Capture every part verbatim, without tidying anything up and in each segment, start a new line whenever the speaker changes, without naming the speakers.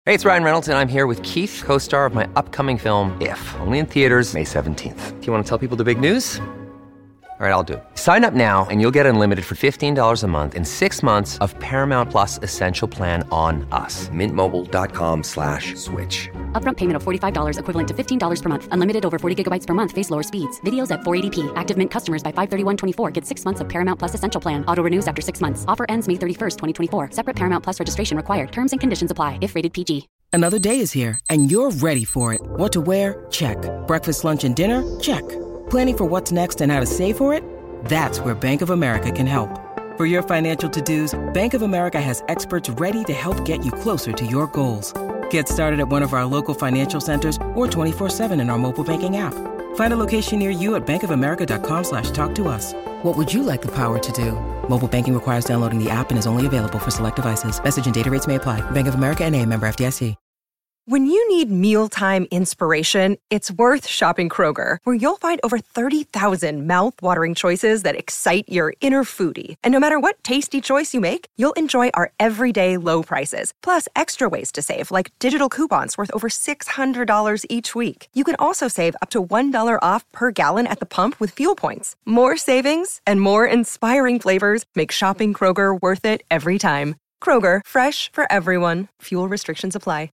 Hey, it's Ryan Reynolds, and I'm here with Keith, co-star of my upcoming film, If, only in theaters May seventeenth. Do you want to tell people the big news? All right, I'll do it. Sign up now and you'll get unlimited for fifteen dollars a month and six months of Paramount Plus Essential Plan on us. Mint Mobile dot com slash switch.
Upfront payment of forty-five dollars equivalent to fifteen dollars per month. Unlimited over forty gigabytes per month. Face lower speeds. Videos at four eighty p. Active Mint customers by five thirty-one twenty-four get six months of Paramount Plus Essential Plan. Auto renews after six months. Offer ends May thirty-first, twenty twenty-four. Separate Paramount Plus registration required. Terms and conditions apply if rated P G.
Another day is here, and you're ready for it. What to wear? Check. Breakfast, lunch, and dinner? Check. Planning for what's next and how to save for it? That's where Bank of America can help. For your financial to-dos, Bank of America has experts ready to help get you closer to your goals. Get started at one of our local financial centers or twenty-four seven in our mobile banking app. Find a location near you at bankofamerica.com slash talk to us. What would you like the power to do? Mobile banking requires downloading the app and is only available for select devices. Message and data rates may apply. Bank of America N A, member F D I C.
When you need mealtime inspiration, it's worth shopping Kroger, where you'll find over thirty thousand mouth-watering choices that excite your inner foodie. And no matter what tasty choice you make, you'll enjoy our everyday low prices, plus extra ways to save, like digital coupons worth over six hundred dollars each week. You can also save up to one dollar off per gallon at the pump with fuel points. More savings and more inspiring flavors make shopping Kroger worth it every time. Kroger, fresh for everyone. Fuel restrictions apply.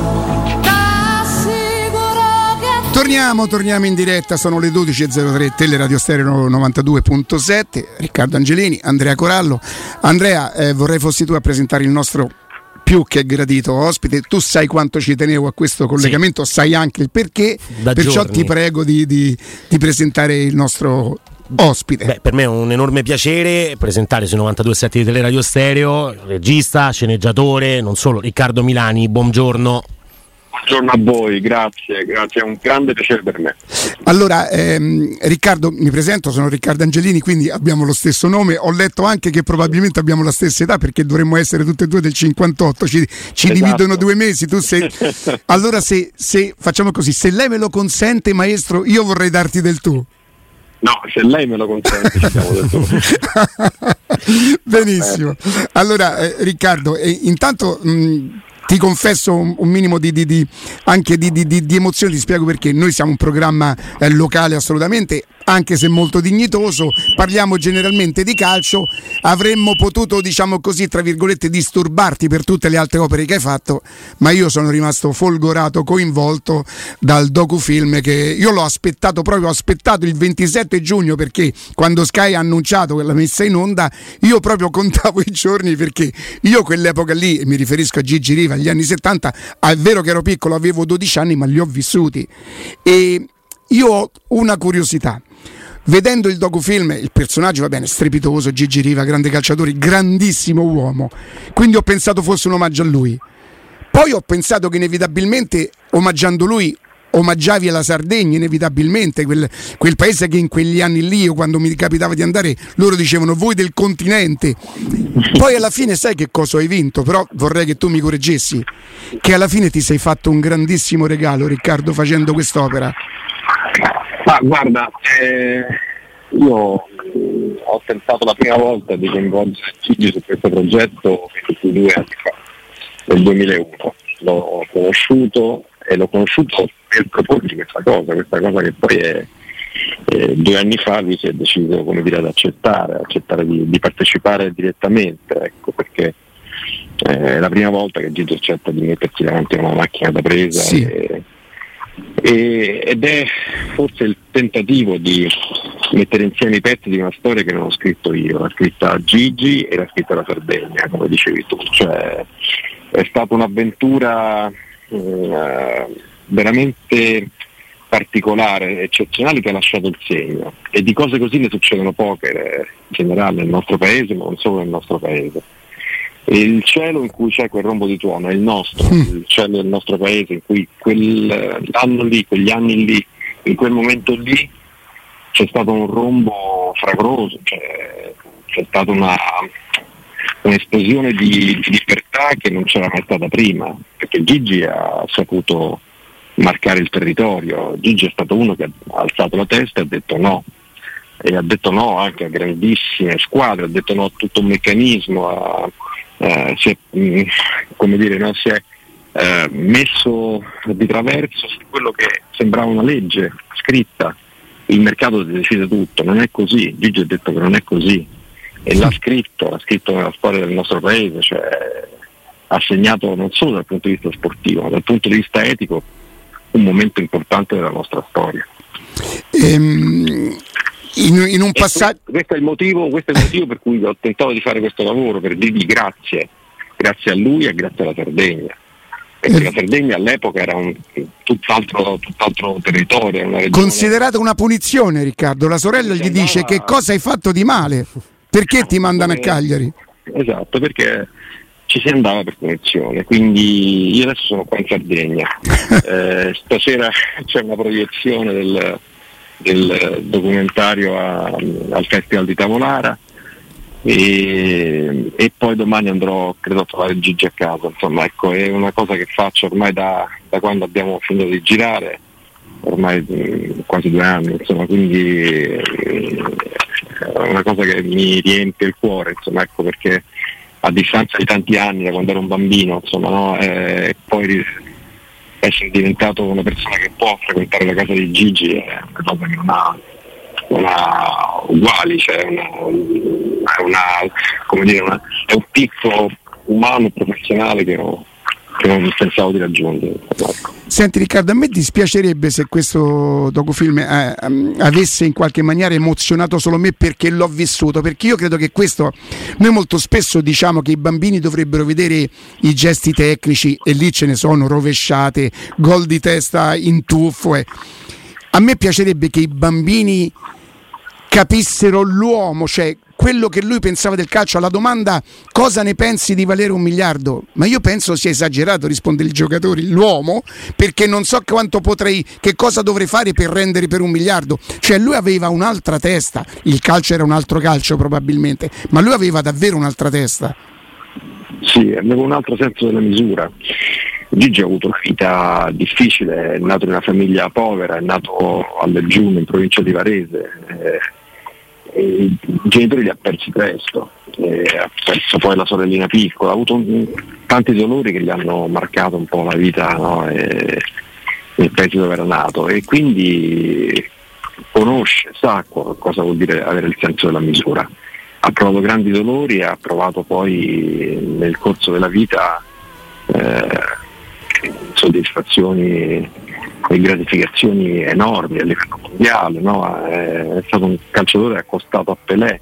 Torniamo, torniamo in diretta, sono le dodici e zero tre, Teleradio Stereo novantadue virgola sette, Riccardo Angelini, Andrea Corallo. Andrea, eh, vorrei fossi tu a presentare il nostro più che gradito ospite. Tu sai quanto ci tenevo a questo collegamento, sì. Sai anche il perché, da perciò giorni. Ti prego di, di, di presentare il nostro ospite.
Beh, per me è un enorme piacere presentare sui novantadue virgola sette di Teleradio Stereo, regista, sceneggiatore, non solo, Riccardo Milani. Buongiorno.
Buongiorno a voi, grazie, grazie, è un grande piacere per me.
Allora, ehm, Riccardo, mi presento, sono Riccardo Angelini, quindi abbiamo lo stesso nome. Ho letto anche che probabilmente abbiamo la stessa età, perché dovremmo essere tutte e due del cinquantotto, ci, ci esatto. Dividono due mesi, tu sei... Allora se, se facciamo così, se lei me lo consente, maestro, io vorrei darti del tu.
No, se lei me lo consente ci siamo del tu.
Benissimo. Allora, eh, Riccardo, eh, intanto... Mh, ti confesso un, un minimo di, di, di anche di, di, di emozione, ti spiego perché. Noi siamo un programma eh, locale assolutamente, anche se molto dignitoso, parliamo generalmente di calcio. Avremmo potuto, diciamo così, tra virgolette, disturbarti per tutte le altre opere che hai fatto, ma io sono rimasto folgorato, coinvolto dal docufilm che io l'ho aspettato proprio, ho aspettato il ventisette giugno, perché quando Sky ha annunciato la messa in onda io proprio contavo i giorni, perché io quell'epoca lì, mi riferisco a Gigi Riva, agli anni settanta, è vero che ero piccolo, avevo dodici anni, ma li ho vissuti. E io ho una curiosità. Vedendo il docufilm, il personaggio, va bene, strepitoso, Gigi Riva, grande calciatore, grandissimo uomo, quindi ho pensato fosse un omaggio a lui. Poi ho pensato che inevitabilmente, omaggiando lui, omaggiavi alla Sardegna, inevitabilmente, quel, quel paese che in quegli anni lì, io quando mi capitava di andare, loro dicevano voi del continente. Poi alla fine sai che cosa hai vinto, però vorrei che tu mi correggessi, che alla fine ti sei fatto un grandissimo regalo, Riccardo, facendo quest'opera.
Ma guarda, eh, io ho tentato la prima volta di coinvolgere Gigi su questo progetto ventidue anni fa, nel duemilauno. L'ho conosciuto e l'ho conosciuto per proporgli questa cosa, questa cosa che poi è, eh, due anni fa lui si è deciso, come dire, ad accettare, accettare di, di partecipare direttamente, ecco, perché eh, è la prima volta che Gigi accetta di mettersi davanti a una macchina da presa. Sì. e, e, ed è forse il tentativo di mettere insieme i pezzi di una storia che non ho scritto io, l'ha scritta Gigi e l'ha scritta la Sardegna, come dicevi tu, cioè è stata un'avventura eh, veramente particolare, eccezionale, che ha lasciato il segno, e di cose così ne succedono poche in generale nel nostro paese, ma non solo nel nostro paese. E il cielo in cui c'è quel rombo di tuono è il nostro, mm. il cielo del nostro paese, in cui quell'anno lì, quegli anni lì, in quel momento lì c'è stato un rombo fragoroso, cioè, c'è stata una, un'esplosione di, di libertà che non c'era mai stata prima, perché Gigi ha saputo marcare il territorio. Gigi è stato uno che ha alzato la testa e ha detto no, e ha detto no anche a grandissime squadre, ha detto no a tutto un meccanismo, a, eh, si è, mh, come dire, no, si è eh, messo di traverso su quello che sembrava una legge scritta. Il mercato decide tutto, non è così. Gigi ha detto che non è così e l'ha scritto, l'ha scritto nella storia del nostro paese, cioè ha segnato non solo dal punto di vista sportivo, ma dal punto di vista etico un momento importante della nostra storia.
Ehm, in, in un passaggio
questo, questo è il motivo, questo è il motivo per cui ho tentato di fare questo lavoro, per dirgli grazie, grazie a lui e grazie alla Sardegna. Perché la Sardegna all'epoca era un tutt'altro, tutt'altro territorio, una regione
considerata una punizione, Riccardo. La sorella gli dice: che cosa hai fatto di male? Perché ti mandano a Cagliari?
Esatto, perché ci si andava per punizione. Quindi io adesso sono qua in Sardegna. eh, stasera c'è una proiezione del, del documentario a, al Festival di Tavolara. E, e poi domani andrò, credo, a trovare Gigi a casa. Insomma, ecco, è una cosa che faccio ormai da, da quando abbiamo finito di girare, ormai mh, quasi due anni, insomma, quindi è una cosa che mi riempie il cuore, insomma, ecco, perché a distanza di tanti anni, da quando ero un bambino, insomma, no, e poi essere diventato una persona che può frequentare la casa di Gigi è una cosa che non ha non ha uguali, cioè una, è una, come dire, una, è un picco umano e professionale che non, che non pensavo di raggiungere.
Senti Riccardo, a me dispiacerebbe se questo docufilm eh, avesse in qualche maniera emozionato solo me, perché l'ho vissuto, perché io credo che questo, noi molto spesso diciamo che i bambini dovrebbero vedere i gesti tecnici e lì ce ne sono, rovesciate, gol di testa in tuffo. Eh. A me piacerebbe che i bambini capissero l'uomo, cioè quello che lui pensava del calcio. Alla domanda cosa ne pensi di valere un miliardo, ma io penso sia esagerato, risponde il giocatore, l'uomo, perché non so quanto potrei, che cosa dovrei fare per rendere per un miliardo. Cioè lui aveva un'altra testa, il calcio era un altro calcio probabilmente, ma lui aveva davvero un'altra testa.
Sì, aveva un altro senso della misura. Gigi ha avuto una vita difficile, è nato in una famiglia povera, è nato a Leggiuno in provincia di Varese, eh, e i genitori li ha persi presto, eh, ha perso poi la sorellina piccola, ha avuto un, tanti dolori che gli hanno marcato un po' la vita, no? e, nel paese dove era nato, e quindi conosce, sa cosa vuol dire avere il senso della misura. Ha provato grandi dolori e ha provato poi nel corso della vita eh, soddisfazioni e gratificazioni enormi a livello mondiale, no? È stato un calciatore accostato a Pelé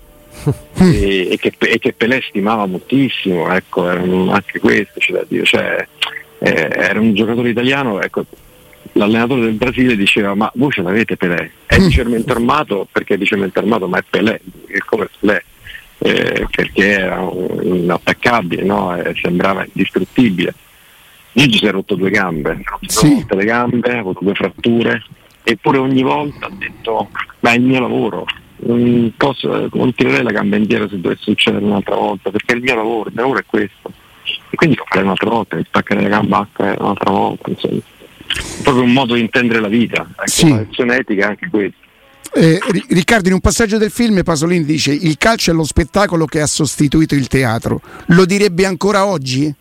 e, e, che, e che Pelé stimava moltissimo, ecco, anche questo c'è da dire, cioè, eh, era un giocatore italiano, ecco, l'allenatore del Brasile diceva: ma voi ce l'avete Pelé? È di cemento armato perché è di cemento armato, ma è Pelé, è come Pelé, eh, perché era inattaccabile, no? eh, sembrava indistruttibile. Gigi si è rotto due gambe, ha rotto
sì.
due volte le gambe, ha avuto due fratture, eppure ogni volta ha detto: ma è il mio lavoro, non, posso, non tirerei la gamba indietro se dovesse succedere un'altra volta, perché è il mio lavoro, il mio lavoro è questo, e quindi lo farei un'altra volta, mi staccherei la gamba un'altra volta, insomma. È proprio un modo di intendere la vita, ecco,
sì.
La lezione etica è anche questa.
Eh, Riccardo, in un passaggio del film Pasolini dice: il calcio è lo spettacolo che ha sostituito il teatro. Lo direbbe ancora oggi?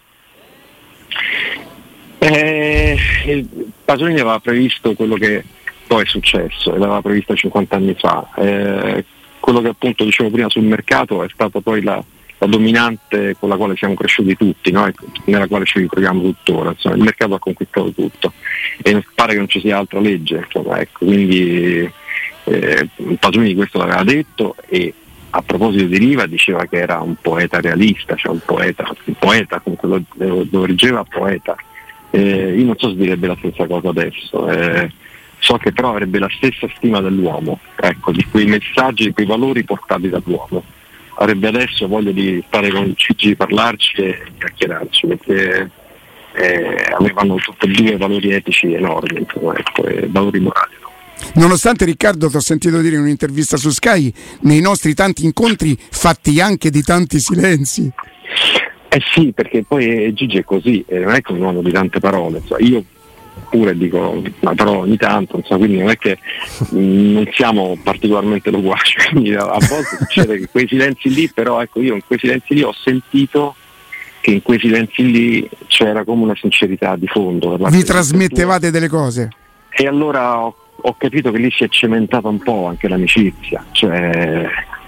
Eh, Pasolini aveva previsto quello che poi è successo, l'aveva previsto cinquanta anni fa. Eh, quello che appunto dicevo prima sul mercato è stato poi la, la dominante con la quale siamo cresciuti tutti, no? Nella quale ci ritroviamo tuttora. Insomma, il mercato ha conquistato tutto e pare che non ci sia altra legge, insomma, ecco, quindi eh, Pasolini questo l'aveva detto, e a proposito di Riva diceva che era un poeta realista, cioè un poeta, un poeta comunque lo, lo reggeva poeta. Eh, io non so se direbbe la stessa cosa adesso, eh, so che però avrebbe la stessa stima dell'uomo, ecco, di quei messaggi, di quei valori portati dall'uomo. Avrebbe adesso voglia di stare con Gigi, parlarci e chiacchierarci, perché eh, avevano tutti e due valori etici enormi, insomma, ecco, e valori morali. No?
Nonostante, Riccardo, ti ho sentito dire in un'intervista su Sky, nei nostri tanti incontri fatti anche di tanti silenzi.
Eh sì, perché poi Gigi è così, eh, non è che un uomo di tante parole, insomma, io pure dico una parola ogni tanto, insomma, quindi non è che mh, non siamo particolarmente loquaci, quindi a, a volte succede che quei silenzi lì, però ecco, io in quei silenzi lì ho sentito che in quei silenzi lì c'era come una sincerità di fondo.
Vi trasmettevate delle cose?
E allora ho, ho capito che lì si è cementata un po' anche l'amicizia, cioè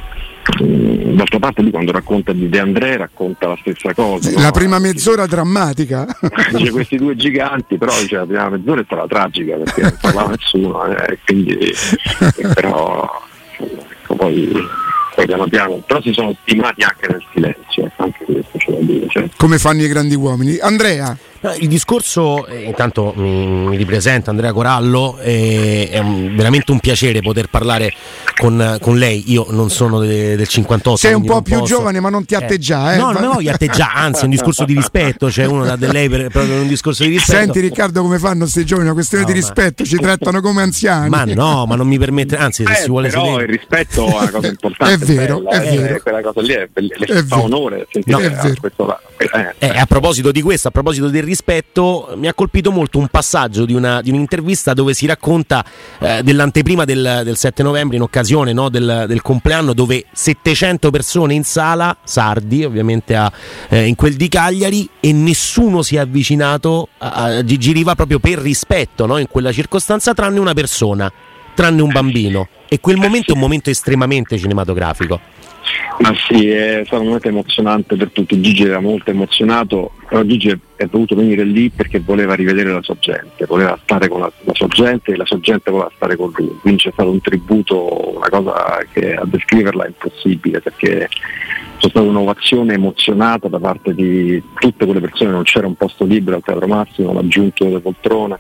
mh, d'altra parte lui quando racconta di De André racconta la stessa cosa.
La
no?
prima mezz'ora drammatica.
Dice questi due giganti, però dice, la prima mezz'ora è stata tragica perché non parlava nessuno, eh, quindi però ecco, poi, poi piano piano, però si sono stimati anche nel silenzio, anche questo c'è da dire. Cioè.
Come fanno i grandi uomini. Andrea?
Il discorso, eh, intanto mi, mi ripresenta Andrea Corallo, eh, è un, veramente un piacere poter parlare con, con lei. Io non sono de, del cinquantotto.
Sei un po' più
posso...
giovane, ma non ti atteggia, eh.
No, non me voglio atteggiare, anzi è un discorso di rispetto, cioè uno da lei per, proprio un discorso di rispetto.
Senti Riccardo come fanno questi giovani, una questione
no,
di rispetto, ma... ci trattano come anziani.
Ma no, ma non mi permette, anzi se
eh,
si vuole
però
sedere...
il rispetto è una cosa importante.
È vero,
bella,
è
eh,
vero.
Quella cosa lì è, bella,
è
fa
vero.
onore sentire
no, è vero.
questo eh.
Eh, a proposito di questo, a proposito del rispetto, mi ha colpito molto un passaggio di, una, di un'intervista dove si racconta eh, dell'anteprima del, del sette novembre in occasione no, del, del compleanno, dove settecento persone in sala, sardi ovviamente a, eh, in quel di Cagliari, e nessuno si è avvicinato a, a Gigi Riva proprio per rispetto no, in quella circostanza, tranne una persona, tranne un bambino, e quel momento è un momento estremamente cinematografico.
Ma sì, è stato un momento emozionante per tutti. Gigi era molto emozionato, però Gigi è dovuto venire lì perché voleva rivedere la sua gente, voleva stare con la, la sua gente e la sua gente voleva stare con lui, quindi c'è stato un tributo, una cosa che a descriverla è impossibile, perché c'è stata un'ovazione emozionata da parte di tutte quelle persone. Non c'era un posto libero al Teatro Massimo, l'aggiunto delle poltrone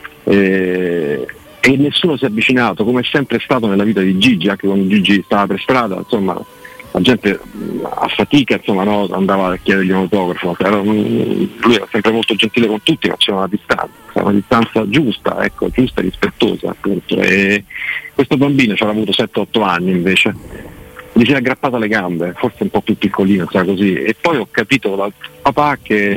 e, e nessuno si è avvicinato, come è sempre stato nella vita di Gigi, anche quando Gigi stava per strada, insomma la gente a fatica insomma, no, andava a chiedergli un autografo. Era, lui era sempre molto gentile con tutti, ma c'era una distanza, una distanza giusta, ecco, giusta e rispettosa appunto. E questo bambino ci aveva avuto sette otto anni invece, gli si è aggrappata alle gambe, forse un po' più piccolino, sai, così, e poi ho capito dal papà che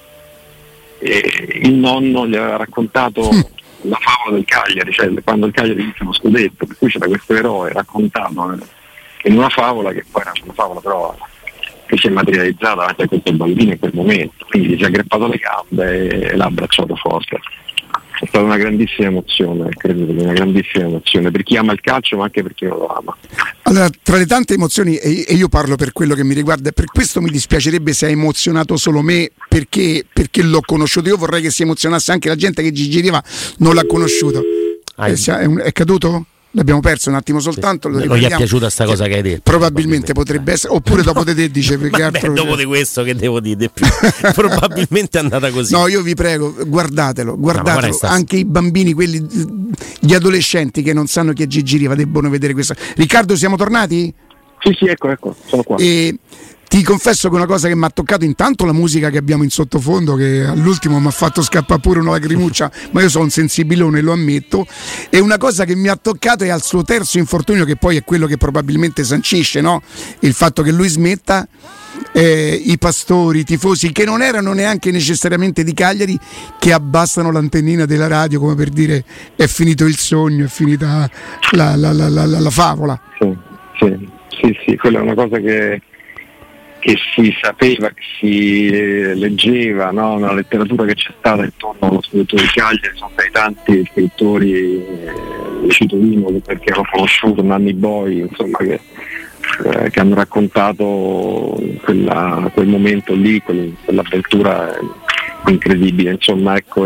eh, il nonno gli aveva raccontato la favola del Cagliari, cioè quando il Cagliari vinse lo scudetto, per cui c'era questo eroe raccontato eh, in una favola che poi era una favola però che si è materializzata anche a questo bambino in quel momento, quindi gli si è aggrappato le gambe e l'ha abbracciato forte. È stata una grandissima emozione, credo, una grandissima emozione per chi ama il calcio, ma anche per chi non lo ama.
Allora, tra le tante emozioni, e io parlo per quello che mi riguarda, per questo mi dispiacerebbe se ha emozionato solo me, perché, perché l'ho conosciuto. Io vorrei che si emozionasse anche la gente che Gigi Riva non l'ha conosciuto. È, è, un, è caduto? L'abbiamo perso un attimo soltanto.
Sì. Non gli è piaciuta sta cosa che hai detto?
Probabilmente, probabilmente potrebbe essere, oppure dopo di te dice perché altro...
dopo di questo che devo dire più. Probabilmente è andata così.
No, io vi prego, guardatelo, guardatelo. No, anche i bambini, quelli, gli adolescenti che non sanno chi è Gigi Riva debbono vedere questo. Riccardo, siamo tornati?
Sì, sì, ecco, ecco, sono qua.
E ti confesso che una cosa che mi ha toccato, intanto la musica che abbiamo in sottofondo, che all'ultimo mi ha fatto scappare pure una lacrimuccia, ma io sono un sensibilone, lo ammetto, e una cosa che mi ha toccato è al suo terzo infortunio, che poi è quello che probabilmente sancisce, no? Il fatto che lui smetta, eh, i pastori, i tifosi, che non erano neanche necessariamente di Cagliari, che abbassano l'antennina della radio come per dire è finito il sogno, è finita la, la, la, la, la favola.
Sì, sì, sì, sì, quella è una cosa che che si sapeva, che si eh, leggeva, no? Una letteratura che c'è stata intorno allo scudetto di Cagliari. Sono stati tanti scrittori, eh, cito uno perché l'ho conosciuto, Nanni Boy, insomma, che, eh, che hanno raccontato quella, quel momento lì, quel, quell'avventura incredibile, insomma, ecco.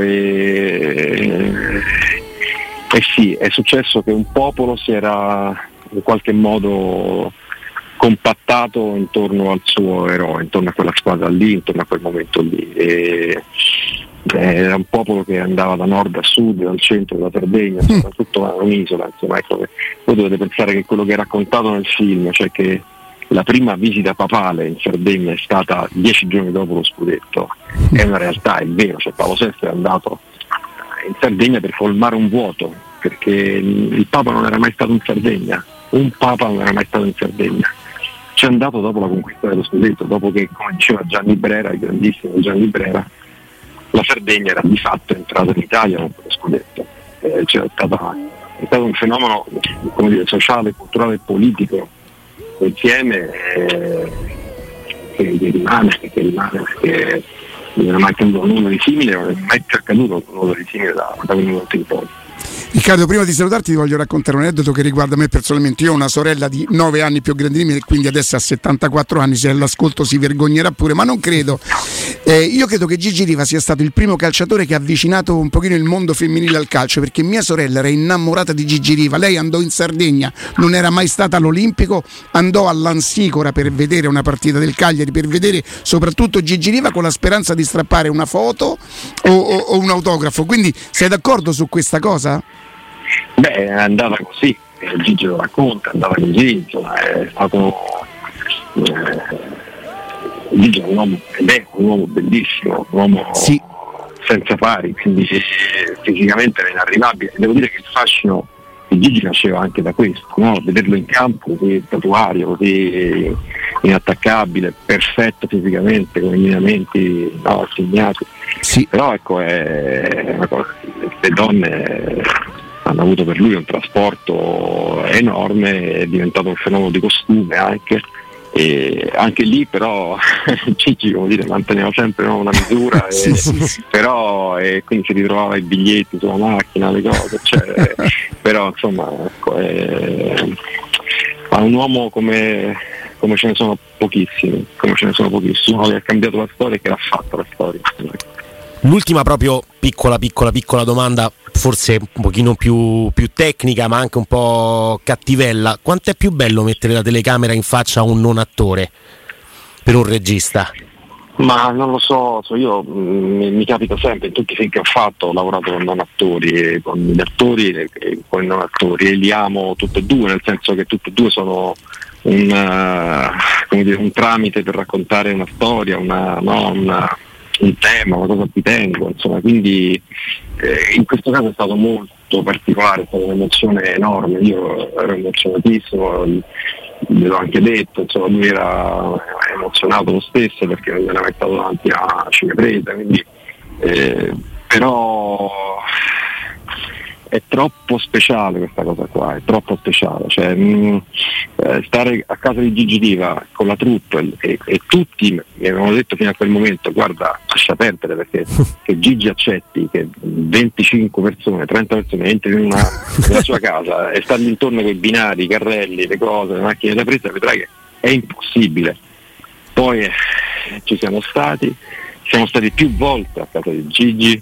E, e sì, è successo che un popolo si era in qualche modo compattato intorno al suo eroe, intorno a quella squadra lì, intorno a quel momento lì. E, eh, era un popolo che andava da nord a sud, dal centro, dalla Sardegna, soprattutto un'isola, insomma, ecco, voi dovete pensare che quello che è raccontato nel film, cioè che la prima visita papale in Sardegna è stata dieci giorni dopo lo scudetto, è una realtà, è vero, cioè Paolo sesto è andato in Sardegna per colmare un vuoto, perché il Papa non era mai stato in Sardegna, un Papa non era mai stato in Sardegna. C'è andato dopo la conquista dello scudetto, dopo che, come diceva Gianni Brera, il grandissimo Gianni Brera, la Sardegna era di fatto entrata in Italia con quello scudetto. Eh, cioè, è, stata, è stato un fenomeno, come dire, sociale, culturale e politico insieme, eh, che, che rimane, che rimane perché non è mai accaduto un nulla di simile, non è mai più accaduto un nulla di simile da, da quel momento in poi.
Riccardo, prima di salutarti ti voglio raccontare un aneddoto che riguarda me personalmente. Io ho una sorella di nove anni più grande di me, quindi adesso ha settantaquattro anni, se all'ascolto si vergognerà pure, ma non credo. Eh, io credo che Gigi Riva sia stato il primo calciatore che ha avvicinato un pochino il mondo femminile al calcio, perché mia sorella era innamorata di Gigi Riva. Lei andò in Sardegna, non era mai stata all'Olimpico, andò all'Ansicora per vedere una partita del Cagliari, per vedere soprattutto Gigi Riva con la speranza di strappare una foto o, o, o un autografo. Quindi sei d'accordo su questa cosa?
Beh, è andata così, Gigi lo racconta, è andata così, insomma, è stato eh, Gigi è un uomo, ed è un uomo bellissimo, un uomo
sì.
senza pari, quindi fisicamente era inarrivabile. Devo dire che il fascino di Gigi nasceva anche da questo, no? Vederlo in campo così statuario, così inattaccabile, perfetto fisicamente, con i lineamenti no, segnati.
Sì.
Però ecco, è una cosa, le donne hanno avuto per lui un trasporto enorme, è diventato un fenomeno di costume anche, e anche lì però Gigi, come dire, manteneva sempre no, una misura,
sì,
e,
sì, sì.
però e quindi si ritrovava i biglietti sulla macchina, le cose, cioè, però insomma ecco, è, ma un uomo come, come ce ne sono pochissimi, come ce ne sono pochissimi, uno che ha cambiato la storia e che l'ha fatta la storia.
L'ultima proprio piccola piccola piccola domanda, forse un pochino più, più tecnica ma anche un po' cattivella: quanto è più bello mettere la telecamera in faccia a un non attore per un regista?
Ma non lo so, so io mi, mi capita sempre, in tutti i film che ho fatto ho lavorato con non attori, con gli attori e con i non attori, e li amo tutti e due, nel senso che tutti e due sono un, uh, come dire, un tramite per raccontare una storia, una, no, una un tema, una cosa a cui tengo, insomma, quindi eh, in questo caso è stato molto particolare, è stata un'emozione enorme, io ero emozionatissimo, gliel'ho anche detto, insomma, lui era emozionato lo stesso perché non era mai stato davanti a cinepresa, quindi eh, però è troppo speciale questa cosa qua, è troppo speciale, cioè mh, eh, stare a casa di Gigi Riva con la troupe e, e, e tutti mi avevano detto fino a quel momento: guarda, lascia perdere, perché che Gigi accetti che venticinque persone, trenta persone entrino in una, nella sua casa e stanno intorno con i binari, i carrelli, le cose, le macchine da presa, vedrai che è impossibile. Poi eh, ci siamo stati, siamo stati più volte a casa di Gigi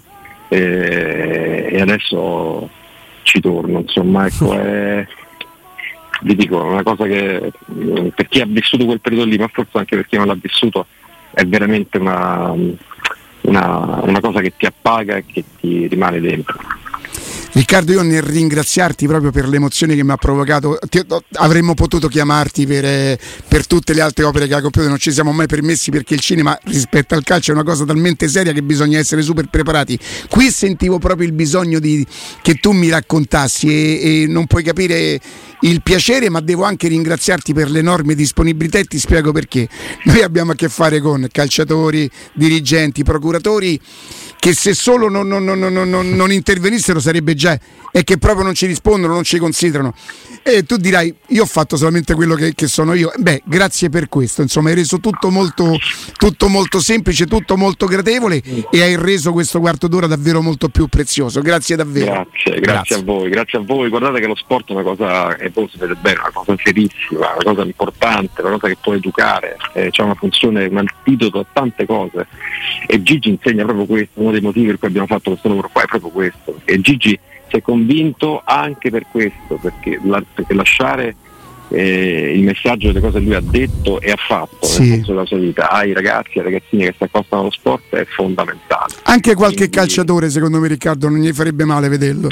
eh, e adesso ci torno, insomma, ecco, è, vi dico, una cosa che per chi ha vissuto quel periodo lì, ma forse anche per chi non l'ha vissuto, è veramente una, una, una cosa che ti appaga e che ti rimane dentro.
Riccardo, io nel ringraziarti proprio per le emozioni che mi ha provocato, ti, avremmo potuto chiamarti per, per tutte le altre opere che ha compiuto, non ci siamo mai permessi perché il cinema rispetto al calcio è una cosa talmente seria che bisogna essere super preparati. Qui sentivo proprio il bisogno di, che tu mi raccontassi e, e non puoi capire il piacere, ma devo anche ringraziarti per l'enorme disponibilità e ti spiego perché. Noi abbiamo a che fare con calciatori, dirigenti, procuratori che se solo non, non, non, non, non, non intervenissero sarebbe già, e che proprio non ci rispondono, non ci considerano. E tu dirai: io ho fatto solamente quello che, che sono io. Beh, grazie per questo, insomma, hai reso tutto molto, tutto molto semplice, tutto molto gradevole e hai reso questo quarto d'ora davvero molto più prezioso. Grazie davvero.
Grazie, grazie,
Grazie.
a voi, grazie a voi. Guardate che lo sport è una cosa, e voi sapete bene, una cosa serissima, una cosa importante, una cosa che può educare, eh, c'è una funzione, un antidoto a tante cose, e Gigi insegna proprio questo. Uno dei motivi per cui abbiamo fatto questo lavoro qua è proprio questo, e Gigi si è convinto anche per questo, perché, la, perché lasciare eh, il messaggio delle cose che lui ha detto e ha fatto
sì.
nel corso della sua vita ai ragazzi, ai ragazzini che si accostano allo sport è fondamentale.
Anche qualche
Quindi...
calciatore, secondo me, Riccardo, non gli farebbe male vederlo.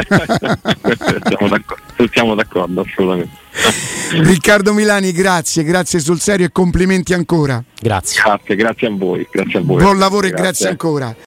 siamo, d'accordo, siamo d'accordo, assolutamente.
Riccardo Milani, grazie, grazie sul serio e complimenti ancora.
Grazie.
Grazie, grazie a voi, grazie a voi.
Buon lavoro e
grazie,
grazie ancora.